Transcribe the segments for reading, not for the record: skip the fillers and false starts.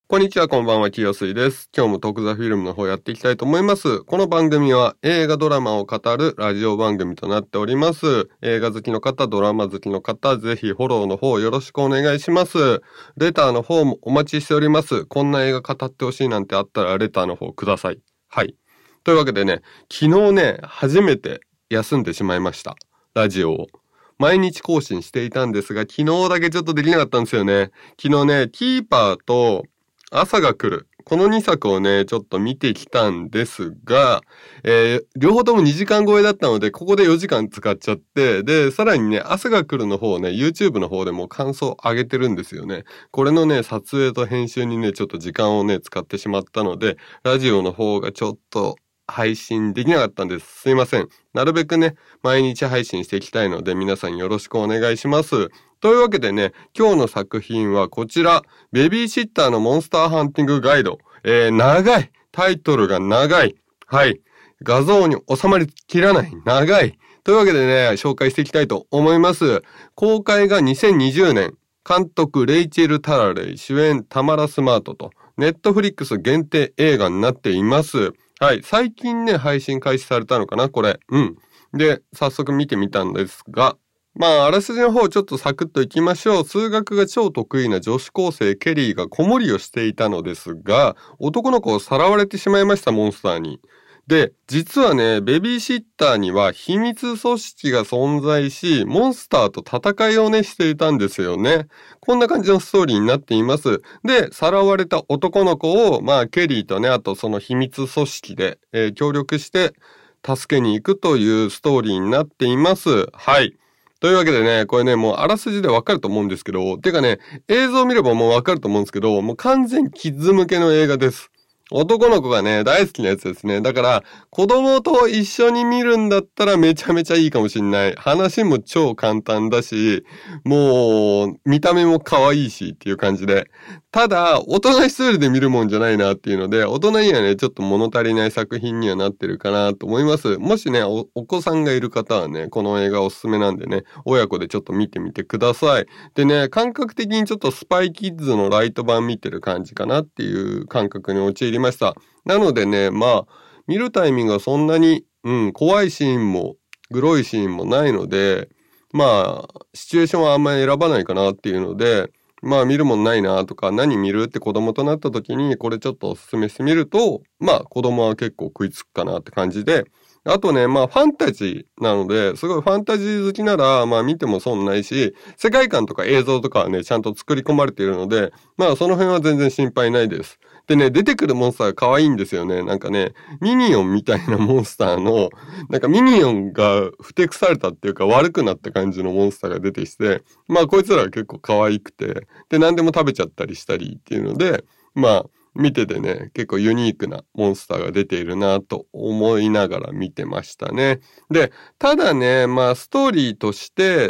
こんにちは、こんばんは、清水です。今日もトークザフィルムの方やっていきたいと思います。この番組は映画ドラマを語るラジオ番組となっております。映画好きの方、ドラマ好きの方、ぜひフォローの方よろしくお願いします。レターの方もお待ちしております。こんな映画語ってほしいなんてあったらレターの方ください。はい。というわけでね、昨日ね、初めて休んでしまいました。ラジオを。毎日更新していたんですが、昨日だけちょっとできなかったんですよね。昨日ね、キーパーと朝が来る。この2作をね、ちょっと見てきたんですが、両方とも2時間超えだったので、ここで4時間使っちゃって、で、さらにね、朝が来るの方ね、YouTube の方でも感想上げてるんですよね。これのね、撮影と編集にね、ちょっと時間をね、使ってしまったので、ラジオの方がちょっと配信できなかったんです。すいません。なるべくね、毎日配信していきたいので、皆さんよろしくお願いします。というわけでね、今日の作品はこちら、ベビーシッターのモンスターハンティングガイド。長い。タイトルが長い。はい。画像に収まりきらない。長い。というわけでね、紹介していきたいと思います。公開が2020年。監督、レイチェル・タラレイ。主演、タマラ・スマートと。ネットフリックス限定映画になっています。はい。最近ね、配信開始されたのかなこれ。で、早速見てみたんですが、あらすじの方ちょっとサクッといきましょう。数学が超得意な女子高生ケリーが子守りをしていたのですが、男の子をさらわれてしまいました、モンスターに。で、実はね、ベビーシッターには秘密組織が存在し、モンスターと戦いをね、していたんですよね。こんな感じのストーリーになっています。で、さらわれた男の子を、ケリーとね、あとその秘密組織で、協力して助けに行くというストーリーになっています。はい。というわけでね、これね、もうあらすじでわかると思うんですけど、てかね、映像を見ればもうわかると思うんですけど、もう完全キッズ向けの映画です。男の子がね、大好きなやつですね。だから、子供と一緒に見るんだったらめちゃめちゃいいかもしんない。話も超簡単だし、もう、見た目も可愛いしっていう感じで。ただ、大人一人で見るもんじゃないなっていうので、大人にはね、ちょっと物足りない作品にはなってるかなと思います。もしね、お子さんがいる方はね、この映画おすすめなんでね、親子でちょっと見てみてください。でね、感覚的にちょっとスパイキッズのライト版見てる感じかなっていう感覚に陥りました。なのでね、見るタイミングはそんなに、怖いシーンも、グロいシーンもないので、シチュエーションはあんまり選ばないかなっていうので、見るもんないなとか、何見るって子供となった時に、これちょっとおすすめしてみると、子供は結構食いつくかなって感じで、あとね、ファンタジーなので、すごいファンタジー好きなら、見ても損ないし、世界観とか映像とかはね、ちゃんと作り込まれているので、その辺は全然心配ないです。でね、出てくるモンスターが可愛いんですよね。なんかね、ミニオンみたいなモンスターの、なんかミニオンがふてくされたっていうか悪くなった感じのモンスターが出てきて、こいつらは結構可愛くて、で、何でも食べちゃったりしたりっていうので、見ててね、結構ユニークなモンスターが出ているなと思いながら見てましたね。で、ただね、ストーリーとして、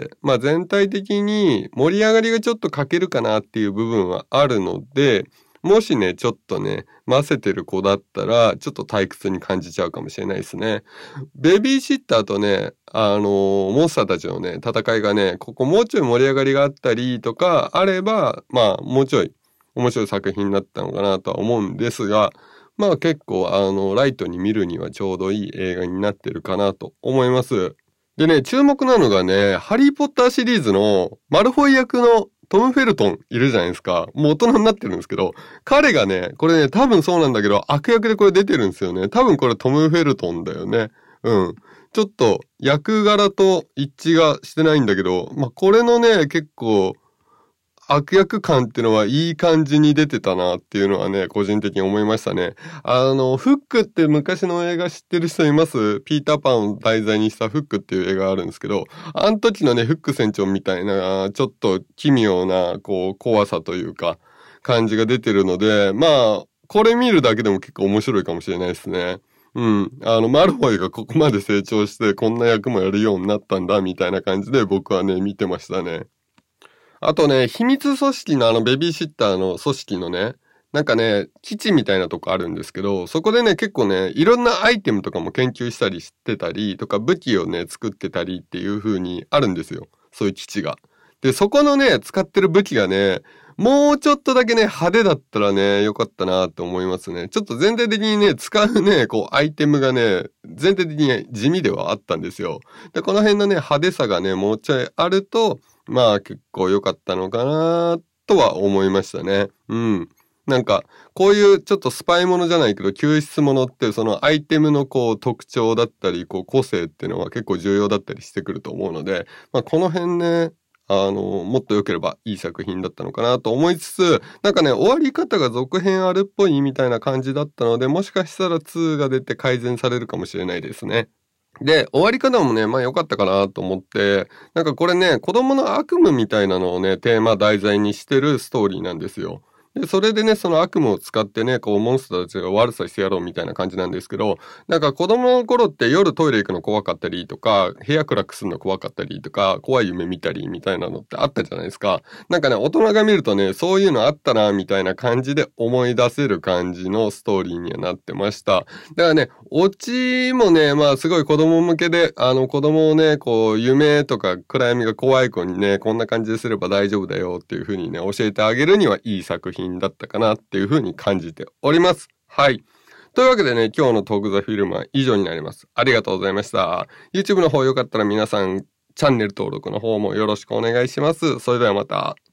全体的に盛り上がりがちょっと欠けるかなっていう部分はあるので、もしね、ちょっとね、混ぜてる子だったら、ちょっと退屈に感じちゃうかもしれないですね。ベビーシッターとね、モンスターたちのね、戦いがね、ここもうちょい盛り上がりがあったりとかあれば、もうちょい面白い作品になったのかなとは思うんですが、結構、ライトに見るにはちょうどいい映画になってるかなと思います。でね、注目なのがね、ハリーポッターシリーズのマルフォイ役のトム・フェルトンいるじゃないですか。もう大人になってるんですけど、彼がね、これね、多分そうなんだけど、悪役でこれ出てるんですよね。多分これトム・フェルトンだよね。ちょっと役柄と一致がしてないんだけど、これのね、結構、悪役感っていうのはいい感じに出てたなっていうのはね、個人的に思いましたね。フックって昔の映画知ってる人います？ピーターパンを題材にしたフックっていう映画があるんですけど、あの時のね、フック船長みたいな、ちょっと奇妙な、怖さというか、感じが出てるので、これ見るだけでも結構面白いかもしれないですね。マルフォイがここまで成長してこんな役もやるようになったんだみたいな感じで僕はね、見てましたね。あとね、秘密組織のベビーシッターの組織のね、なんかね、基地みたいなとこあるんですけど、そこでね、結構ね、いろんなアイテムとかも研究したりしてたりとか、武器をね、作ってたりっていう風にあるんですよ。そういう基地が。 で、そこのね、使ってる武器がね、もうちょっとだけね、派手だったらね、良かったなって思いますね。ちょっと全体的にね、使うね、こう、アイテムがね、全体的に地味ではあったんですよ。で、この辺のね、派手さがね、もうちょいあると、まあ結構良かったのかなとは思いましたね。うん。なんか、こういうちょっとスパイものじゃないけど、救出ものってそのアイテムのこう特徴だったり、こう個性っていうのは結構重要だったりしてくると思うので、まあこの辺ね、もっと良ければいい作品だったのかなと思いつつ、なんかね、終わり方が続編あるっぽいみたいな感じだったので、もしかしたら2が出て改善されるかもしれないですね。で、終わり方もね、まあ良かったかなと思って、なんかこれね、子供の悪夢みたいなのをね、テーマ題材にしてるストーリーなんですよ。で、それでね、その悪夢を使ってね、こう、モンスターたちが悪さしてやろうみたいな感じなんですけど、なんか子供の頃って夜トイレ行くの怖かったりとか、部屋暗くするの怖かったりとか、怖い夢見たりみたいなのってあったじゃないですか。なんかね、大人が見るとね、そういうのあったな、みたいな感じで思い出せる感じのストーリーにはなってました。だからね、オチもね、まあすごい子供向けで、子供をね、こう、夢とか暗闇が怖い子にね、こんな感じですれば大丈夫だよっていう風にね、教えてあげるにはいい作品だったかなっていう風に感じております。はい。というわけでね、今日のトークザフィルムは以上になります。ありがとうございました。YouTube の方よかったら皆さん、チャンネル登録の方もよろしくお願いします。それではまた。